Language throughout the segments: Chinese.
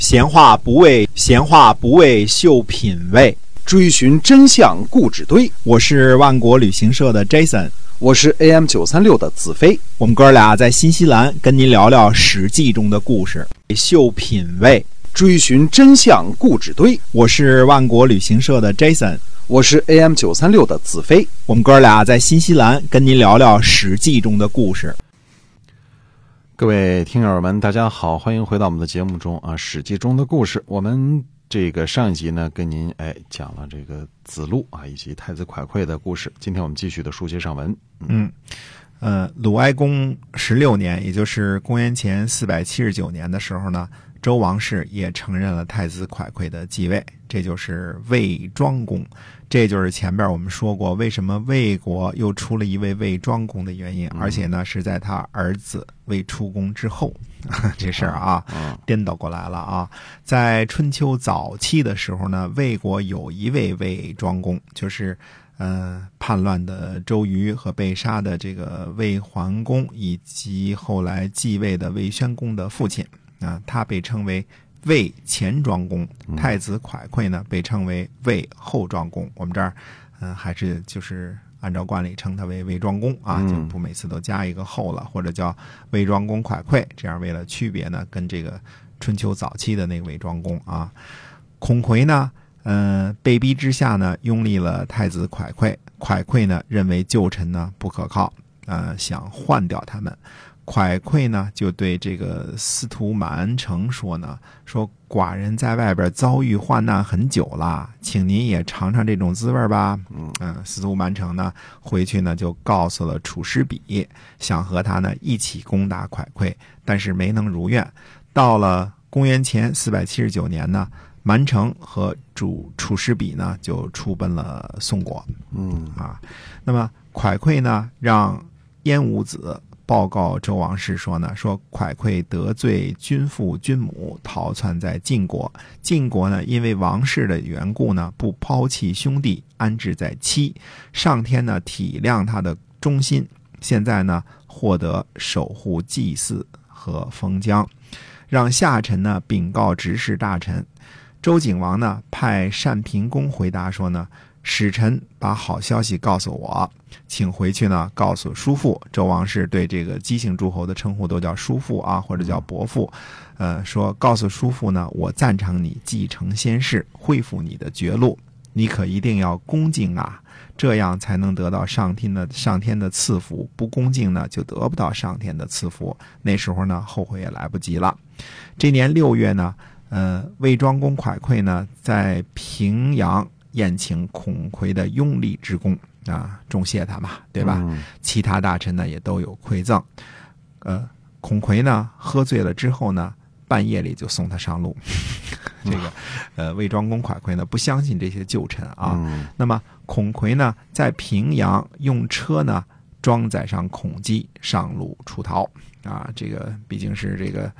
闲话不为秀品味， 追寻真相故纸堆。 我是万国旅行社的 Jason， 我是 AM936 的子飞。 我们哥俩在新西兰跟您聊聊《史记》中的故事，秀品味， 追寻真相故纸堆。 我是万国旅行社的 Jason， 我是 AM936 的子飞。 我们哥俩在新西兰跟您聊聊《史记》中的故事。 各位听友们大家好，欢迎回到我们的节目中啊，《史记》中的故事。我们这个上一集呢跟您讲了这个子路啊以及太子蒯聩的故事，今天我们继续的书接上文。 鲁哀公16年，也就是公元前479年的时候呢，周王室也承认了太子蒯聩的继位，这就是魏庄公。这就是前边我们说过为什么魏国又出了一位魏庄公的原因，而且呢是在他儿子魏出公之后，这事儿啊颠倒过来了啊。在春秋早期的时候呢，魏国有一位魏庄公，就是叛乱的周瑜和被杀的这个魏桓公，以及后来继位的魏宣公的父亲啊，他被称为魏前庄公。太子蒯聩呢被称为魏后庄公。我们这儿还是就是按照惯例称他为魏庄公啊，就不每次都加一个后了，或者叫魏庄公蒯聩，这样为了区别呢跟这个春秋早期的那个魏庄公啊。孔揆呢被逼之下呢拥立了太子蒯聩，蒯聩呢认为旧臣呢不可靠，想换掉他们。蒯聩呢就对这个司徒满城说寡人在外边遭遇患难很久了，请您也尝尝这种滋味吧。司徒满城呢回去呢就告诉了处师比，想和他呢一起攻打蒯聩，但是没能如愿。到了公元前479年呢，满城和处师比呢就出奔了宋国。那么蒯聩呢让燕武子报告周王室说蒯聩得罪君父君母，逃窜在晋国。晋国呢因为王室的缘故呢不抛弃兄弟，安置在戚。上天呢体谅他的忠心，现在呢获得守护祭祀和封疆，让下臣呢禀告执事大臣。周景王呢派单平公回答说使臣把好消息告诉我，请回去呢告诉叔父。周王室对这个姬姓诸侯的称呼都叫叔父啊，或者叫伯父。说告诉叔父呢，我赞成你继承先世，恢复你的爵禄，你可一定要恭敬啊，这样才能得到上天的赐福，不恭敬呢就得不到上天的赐福，那时候呢后悔也来不及了。这年6月呢魏庄公蒯聩呢在平阳宴请孔揆的拥立之功啊，重谢他嘛，对吧？其他大臣呢也都有馈赠。孔揆呢喝醉了之后呢，半夜里就送他上路。这个魏庄公蒯聩呢不相信这些旧臣啊。那么孔揆呢在平阳用车呢装载上孔基上路出逃啊，这个毕竟是这个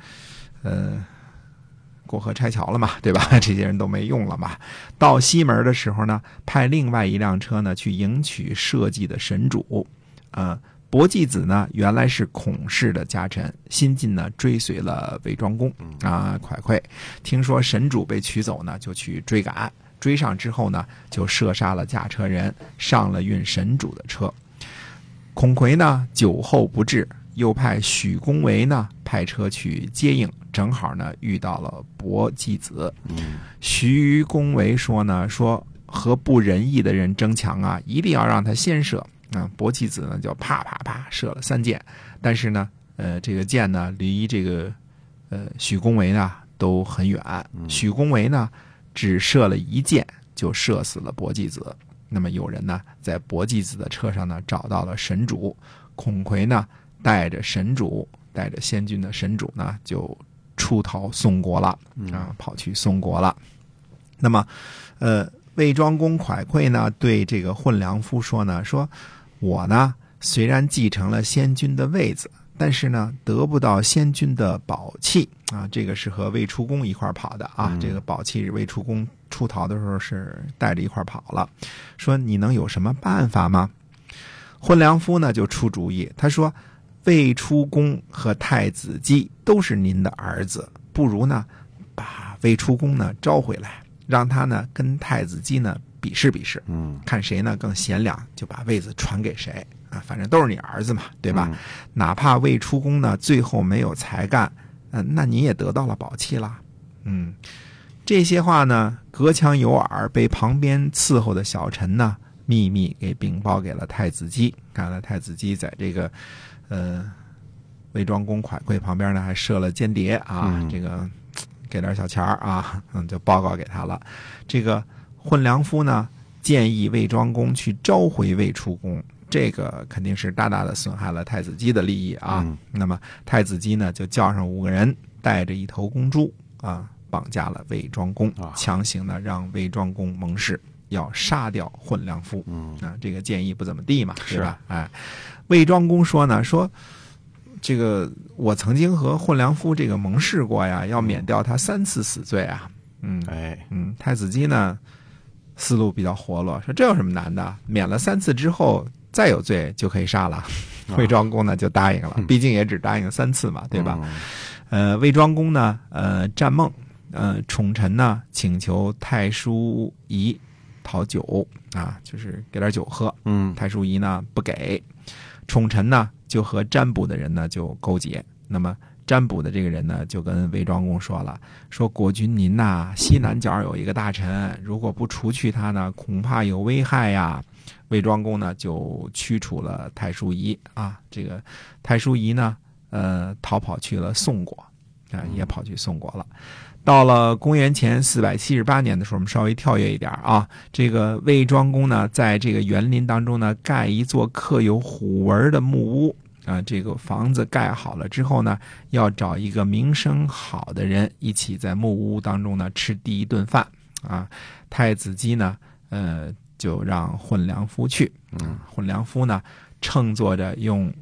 过河拆桥了嘛，对吧？这些人都没用了嘛。到西门的时候呢，派另外一辆车呢去迎娶社稷的神主。伯季子呢原来是孔氏的家臣，新晋呢追随了魏庄公蒯聩。听说神主被取走呢，就去追赶，追上之后呢，就射杀了驾车人，上了运神主的车。孔揆呢酒后不治，又派许公维呢派车去接应，正好呢遇到了伯季子。许公维说和不仁义的人争强啊，一定要让他先射啊。伯季子呢就啪啪啪射了3箭，但是呢这个箭呢离这个许公维呢都很远。许公维呢只射了1箭就射死了伯季子。那么有人呢在伯季子的车上呢找到了神主，孔揆呢带着先君的神主呢就出逃宋国了跑去宋国了。那么魏庄公蒯聩呢对这个混良夫说我呢虽然继承了先君的位子，但是呢得不到先君的宝器啊，这个是和魏出公一块跑的啊。这个宝器魏出公出逃的时候是带着一块跑了，说你能有什么办法吗？混良夫呢就出主意，他说魏出公和太子姬都是您的儿子，不如呢把魏出公呢招回来，让他呢跟太子姬呢比试比试，看谁呢更贤良，就把位子传给谁啊，反正都是你儿子嘛，对吧？哪怕魏出公呢最后没有才干，那你也得到了宝器啦。这些话呢隔墙有耳，被旁边伺候的小臣呢秘密给禀报给了太子姬。看来太子姬在这个魏庄公蒯聩旁边呢还设了间谍啊，这个给点小钱啊，就报告给他了。这个混良夫呢建议魏庄公去召回魏出公，这个肯定是大大的损害了太子姬的利益啊。那么太子姬呢就叫上5个人，带着一头公猪啊，绑架了魏庄公，强行呢让魏庄公盟誓要杀掉混良夫。这个建议不怎么地嘛，对吧？魏庄公说呢，说这个我曾经和混良夫这个盟誓过呀，要免掉他3次死罪啊。太子姬呢思路比较活络，说这有什么难的？免了3次之后再有罪就可以杀了。魏庄公呢就答应了，毕竟也只答应3次嘛，对吧？魏庄公呢占梦，宠臣呢请求太叔仪讨酒啊，就是给点酒喝。太叔仪呢不给，宠臣呢就和占卜的人呢就勾结。那么占卜的这个人呢就跟魏庄公说了，说国君您呐西南角有一个大臣，如果不除去他呢恐怕有危害呀。魏庄公呢就驱除了太叔仪啊，这个太叔仪呢逃跑去了宋国啊，也跑去宋国了。到了公元前478年的时候，我们稍微跳跃一点啊，这个魏庄公呢在这个园林当中呢盖一座刻有虎纹的木屋啊，这个房子盖好了之后呢，要找一个名声好的人一起在木屋当中呢吃第一顿饭啊。太子姬呢就让混良夫去。混良夫呢乘坐着用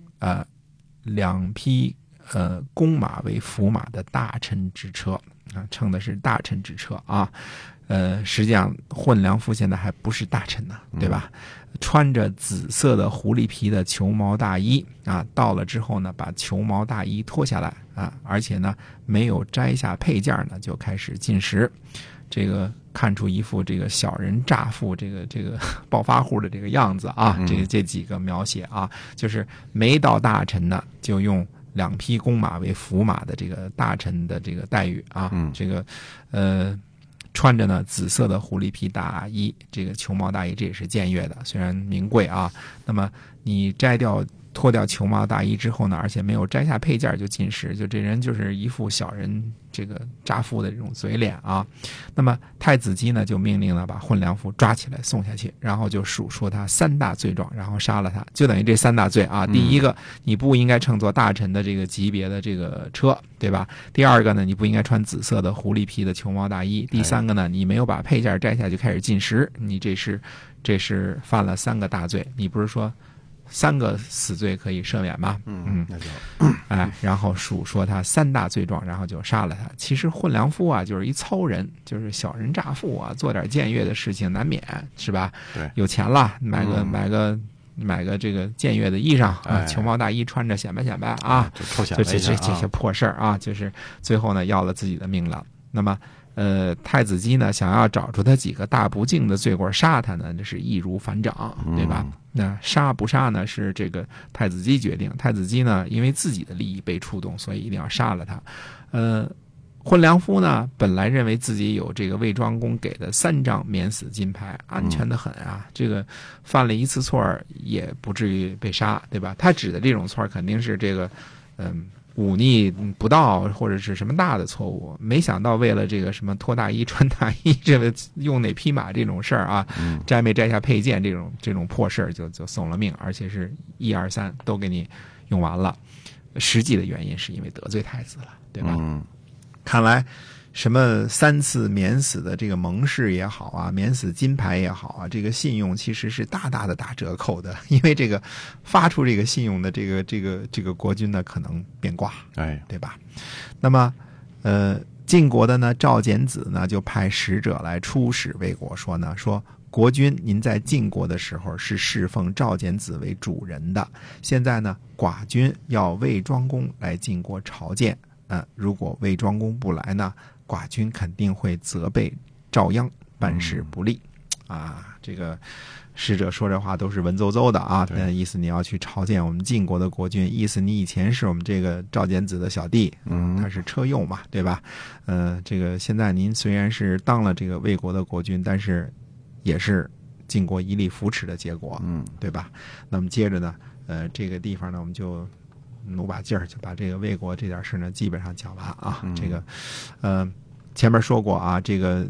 2匹公马为辅马的大臣之车啊，乘的是大臣之车啊。实际上混良夫现在还不是大臣呢，对吧？穿着紫色的狐狸皮的球毛大衣啊，到了之后呢，把球毛大衣脱下来啊，而且呢没有摘下配件呢，就开始进食。这个看出一副这个小人乍富这个暴发户的这个样子啊，这几个描写啊，就是没到大臣呢就用2匹公马为辅马的这个大臣的这个待遇啊，这个穿着呢紫色的狐狸皮大衣，这个球毛大衣，这也是僭越的，虽然名贵啊。那么你脱掉球毛大衣之后呢，而且没有摘下配件就进食，就这人就是一副小人这个乍富的这种嘴脸啊。那么太子姬呢就命令了把混良夫抓起来送下去，然后就数说他3大罪状，然后杀了他，就等于这3大罪啊。第一个，你不应该乘坐大臣的这个级别的这个车，对吧？第二个呢，你不应该穿紫色的狐狸皮的球毛大衣。第三个呢，你没有把配件摘下就开始进食，你这是犯了3个大罪。你不是说3个死罪可以赦免吗？ 那就然后数说他3大罪状，然后就杀了他。其实混良夫啊，就是一糙人，就是小人乍富啊，做点僭越的事情难免，是吧？ 对， 有钱了，买个这个僭越的衣裳啊，球毛大衣穿着显摆显摆啊， 就臭显摆一下这些破事儿啊，就是最后呢要了自己的命了。那么太子姬呢想要找出他几个大不敬的罪过杀他呢，这是易如反掌，对吧？那杀不杀呢是这个太子姬决定。太子姬呢因为自己的利益被触动，所以一定要杀了他。混良夫呢本来认为自己有这个魏庄公给的3张免死金牌，安全的很啊，这个犯了1次错也不至于被杀，对吧？他指的这种错肯定是这个忤逆不道或者是什么大的错误，没想到为了这个什么脱大衣穿大衣，这个用哪匹马这种事儿啊，摘没摘下配件这种破事儿就送了命，而且是1、2、3都给你用完了。实际的原因是因为得罪太子了，对吧？看来什么3次免死的这个盟誓也好啊，免死金牌也好啊，这个信用其实是大大的打折扣的，因为这个发出这个信用的这个国君呢可能变卦，对吧？那么晋国的呢赵简子呢就派使者来出使魏国，说国君您在晋国的时候是侍奉赵简子为主人的，现在呢寡君要魏庄公来晋国朝见。如果魏庄公不来呢， 寡君肯定会责备赵鞅办事不力。这个使者说这话都是文绉绉的啊，意思你要去朝见我们晋国的国君，意思你以前是我们这个赵简子的小弟，他是车右嘛，对吧？这个现在您虽然是当了这个魏国的国君，但是也是晋国一力扶持的结果，对吧？那么接着呢，这个地方呢，我们就努把劲儿，就把这个魏国这点事呢，基本上讲完啊。这个，前面说过啊，这个。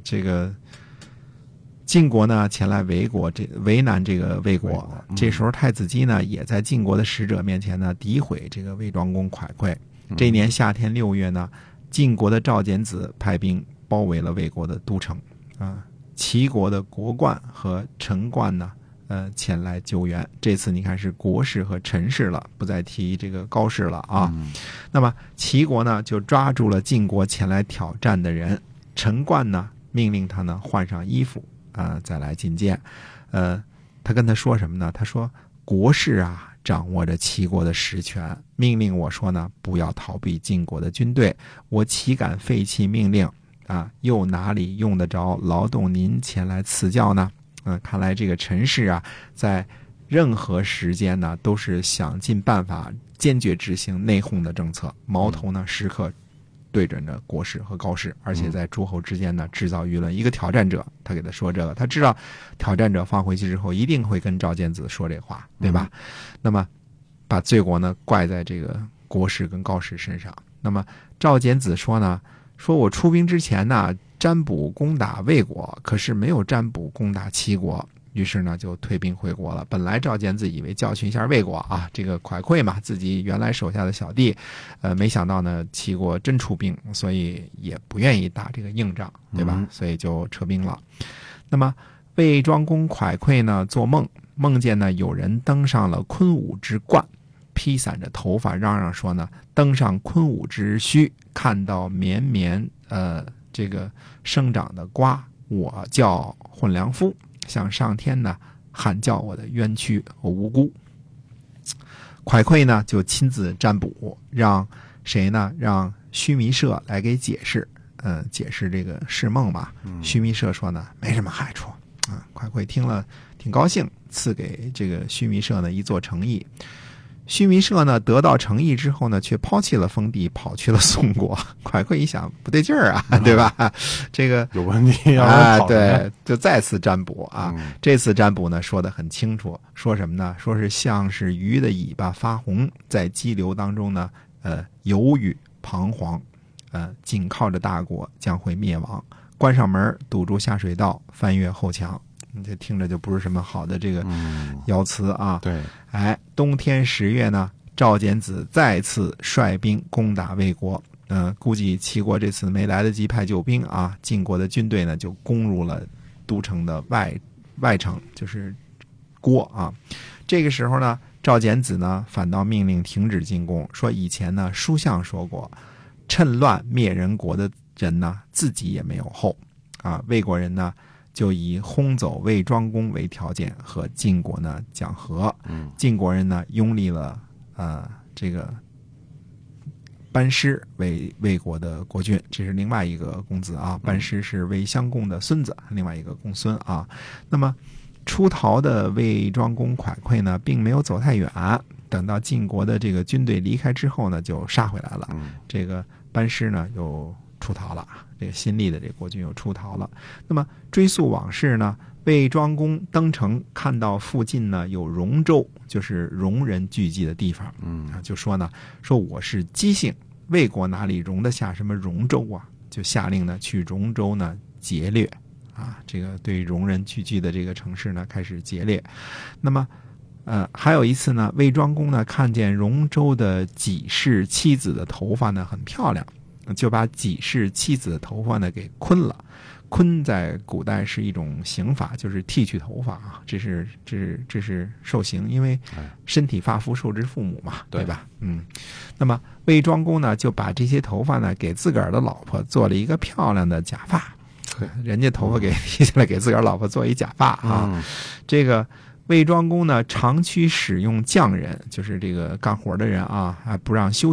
晋国呢前来为难这个魏国，这时候太子姬呢也在晋国的使者面前呢诋毁这个魏庄公蒯聩。这年夏天6月呢，晋国的赵简子派兵包围了魏国的都城齐国的国冠和陈冠呢前来救援。这次你看是国士和陈氏了，不再提这个高氏了啊。那么齐国呢就抓住了晋国前来挑战的人，陈冠呢命令他呢换上衣服再来觐见。他跟他说什么呢？他说国士啊掌握着齐国的实权，命令我说呢不要逃避晋国的军队，我岂敢废弃命令又哪里用得着劳动您前来赐教呢？看来这个陈氏啊在任何时间呢都是想尽办法坚决执行内讧的政策，矛头呢时刻对准着国士和高士，而且在诸侯之间呢制造舆论。一个挑战者他给他说这个，他知道挑战者放回去之后一定会跟赵简子说这话，对吧？那么把罪过呢怪在这个国士跟高士身上。那么赵简子说呢，说我出兵之前呢占卜攻打魏国，可是没有占卜攻打齐国，于是呢就退兵回国了。本来赵简子以为教训一下魏国这个蒯聩嘛，自己原来手下的小弟，没想到呢齐国真出兵，所以也不愿意打这个硬仗，对吧？所以就撤兵了。那么魏庄公蒯聩呢做梦，梦见呢有人登上了昆吾之冠，披散着头发，嚷嚷说呢登上昆吾之墟，看到绵绵这个生长的瓜，我叫混良夫，向上天呢喊叫我的冤屈和无辜。蒯聩呢就亲自占卜，让谁呢？让须弥社来给解释，解释这个释梦嘛。须弥社说呢没什么害处蒯聩听了挺高兴，赐给这个须弥社呢一座城邑。须弥社呢得到城邑之后呢，却抛弃了封地，跑去了宋国。蒯聩一想不对劲儿对吧？这个有问题对，就再次占卜这次占卜呢说得很清楚，说什么呢？说是像是鱼的尾巴发红，在激流当中呢犹豫彷徨，紧靠着大国将会灭亡，关上门堵住下水道，翻越后墙。这听着就不是什么好的这个爻辞对， 冬天10月呢，赵简子再次率兵攻打魏国。估计齐国这次没来得及派救兵晋国的军队呢就攻入了都城的外城，就是郭这个时候呢，赵简子呢反倒命令停止进攻，说以前呢书相说过，趁乱灭人国的人呢自己也没有后魏国人呢就以轰走魏庄公为条件和晋国呢讲和。晋国人呢拥立了这个班师为魏国的国君，这是另外一个公子班师是魏襄公的孙子，另外一个公孙那么出逃的魏庄公蒯聩呢并没有走太远，等到晋国的这个军队离开之后呢就杀回来了。这个班师呢又出逃了，这个新立的这个国君又出逃了。那么追溯往事呢，魏庄公登城看到附近呢有戎州，就是戎人聚集的地方，就说呢，说我是姬姓，魏国哪里容得下什么戎州就下令呢去戎州呢劫掠这个对戎人聚集的这个城市呢开始劫掠。那么还有一次呢，魏庄公呢看见戎州的己氏妻子的头发呢很漂亮，就把己氏妻子的头发呢给昆了。昆在古代是一种刑法，就是剃去头发这是受刑，因为身体发肤受之父母嘛，对吧？那么魏庄公呢就把这些头发呢给自个儿的老婆做了一个漂亮的假发，人家头发给剃下来给自个儿老婆做一假发这个魏庄公呢长驱使用匠人，就是这个干活的人还不让休息。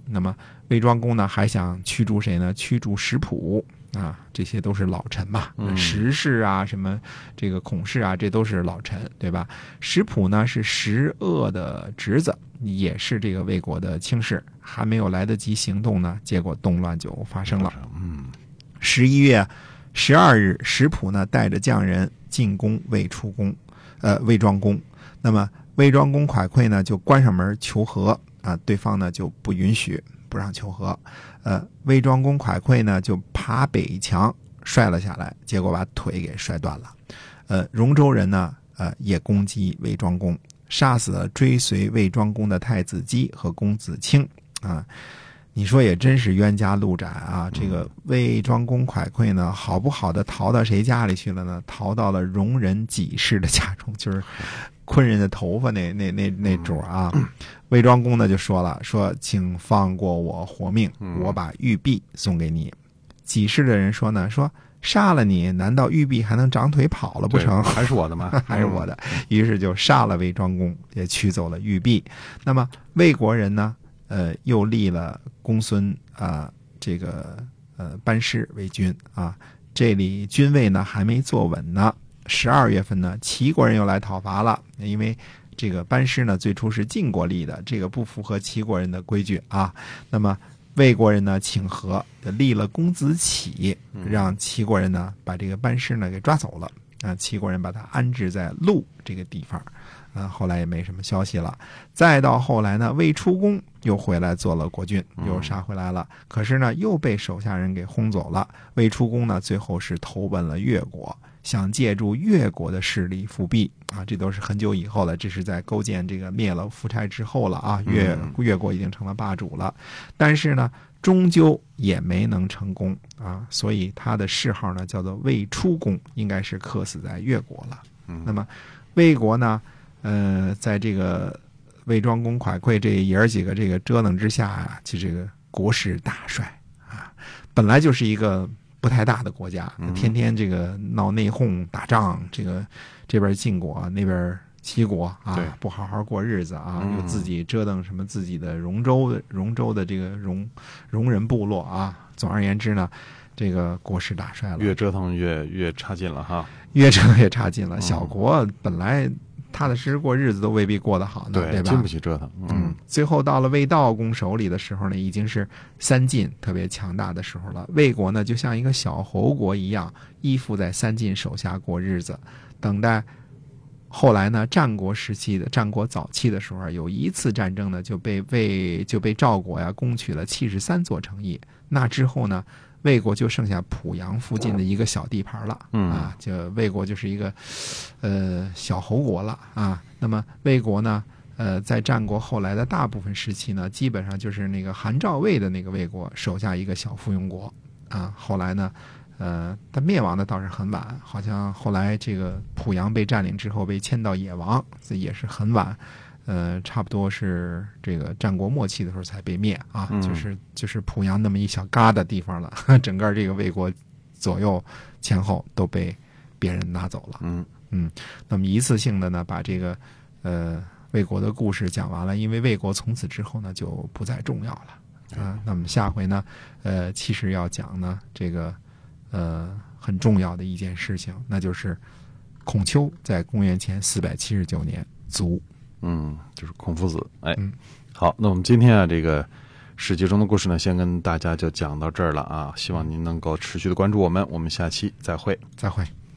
那么魏庄公呢还想驱逐谁呢？驱逐石普啊，这些都是老臣嘛，石氏啊，什么这个孔氏啊，这都是老臣，对吧？石普呢是石鄂的侄子，也是这个魏国的卿士，还没有来得及行动呢，结果动乱就发生了。11月12日，石普呢带着匠人进攻魏庄公。那么魏庄公蒯聩呢就关上门求和啊，对方呢就不允许，不让求和。魏庄公蒯聩呢就爬北墙摔了下来，结果把腿给摔断了。戎州人呢也攻击魏庄公，杀死了追随魏庄公的太子姬和公子卿啊。你说也真是冤家路窄啊！这个魏庄公蒯聩呢，好不好的逃到谁家里去了呢？逃到了戎人己氏的家中，就是昆人的头发那主啊。魏庄公呢就说了，说请放过我活命，我把玉璧送给你。己氏的人说呢，说杀了你，难道玉璧还能长腿跑了不成？ 还是我的吗？ 还是我的。于是就杀了魏庄公，也取走了玉璧。那么魏国人呢？又立了公孙班师为君啊，这里君位呢还没坐稳呢。12月份呢，齐国人又来讨伐了，因为这个班师呢最初是晋国立的，这个不符合齐国人的规矩啊。那么魏国人呢请和，立了公子启，让齐国人呢把这个班师呢给抓走了啊。齐国人把他安置在陆这个地方。后来也没什么消息了。再到后来呢，魏出公又回来做了国君，又杀回来了。可是呢，又被手下人给轰走了。魏出公呢，最后是投奔了越国，想借助越国的势力复辟啊。这都是很久以后了，这是在勾践这个灭了夫差之后了啊。越国已经成了霸主了，但是呢，终究也没能成功啊。所以他的谥号呢，叫做魏出公，应该是客死在越国了。那么魏国呢？在这个魏庄公蒯聩这爷儿几个这个折腾之下啊，就这个国势大衰啊。本来就是一个不太大的国家，天天这个闹内讧打仗，这边晋国那边齐国啊，不好好过日子啊，又自己折腾什么自己的戎州的这个戎人部落啊。总而言之呢，这个国势大衰了， 越折腾越差劲了哈， 越折腾越差劲了。小国本来踏踏实实过日子都未必过得好呢，对吧？ 经不起折腾。 最后到了魏悼公手里的时候呢，已经是三晋特别强大的时候了。魏国呢，就像一个小侯国一样，依附在三晋手下过日子，等待。后来呢，战国早期的时候，有一次战争呢，就被赵国呀攻取了73座城邑。那之后呢，魏国就剩下濮阳附近的一个小地盘了，啊，就魏国就是一个小侯国了啊。那么魏国呢，在战国后来的大部分时期呢，基本上就是那个韩赵魏的那个魏国手下一个小附庸国啊。后来呢，但灭亡的倒是很晚，好像后来这个濮阳被占领之后被迁到野王，这也是很晚。差不多是这个战国末期的时候才被灭啊，就是濮阳那么一小疙瘩地方了，整个这个魏国左右前后都被别人拿走了。那么一次性的呢，把这个魏国的故事讲完了，因为魏国从此之后呢就不再重要了啊。那么下回呢，其实要讲呢这个很重要的一件事情，那就是孔丘在公元前479年卒。 就是孔夫子。好，那我们今天啊，这个史记中的故事呢，先跟大家就讲到这儿了啊。希望您能够持续的关注我们，我们下期再会。 再会。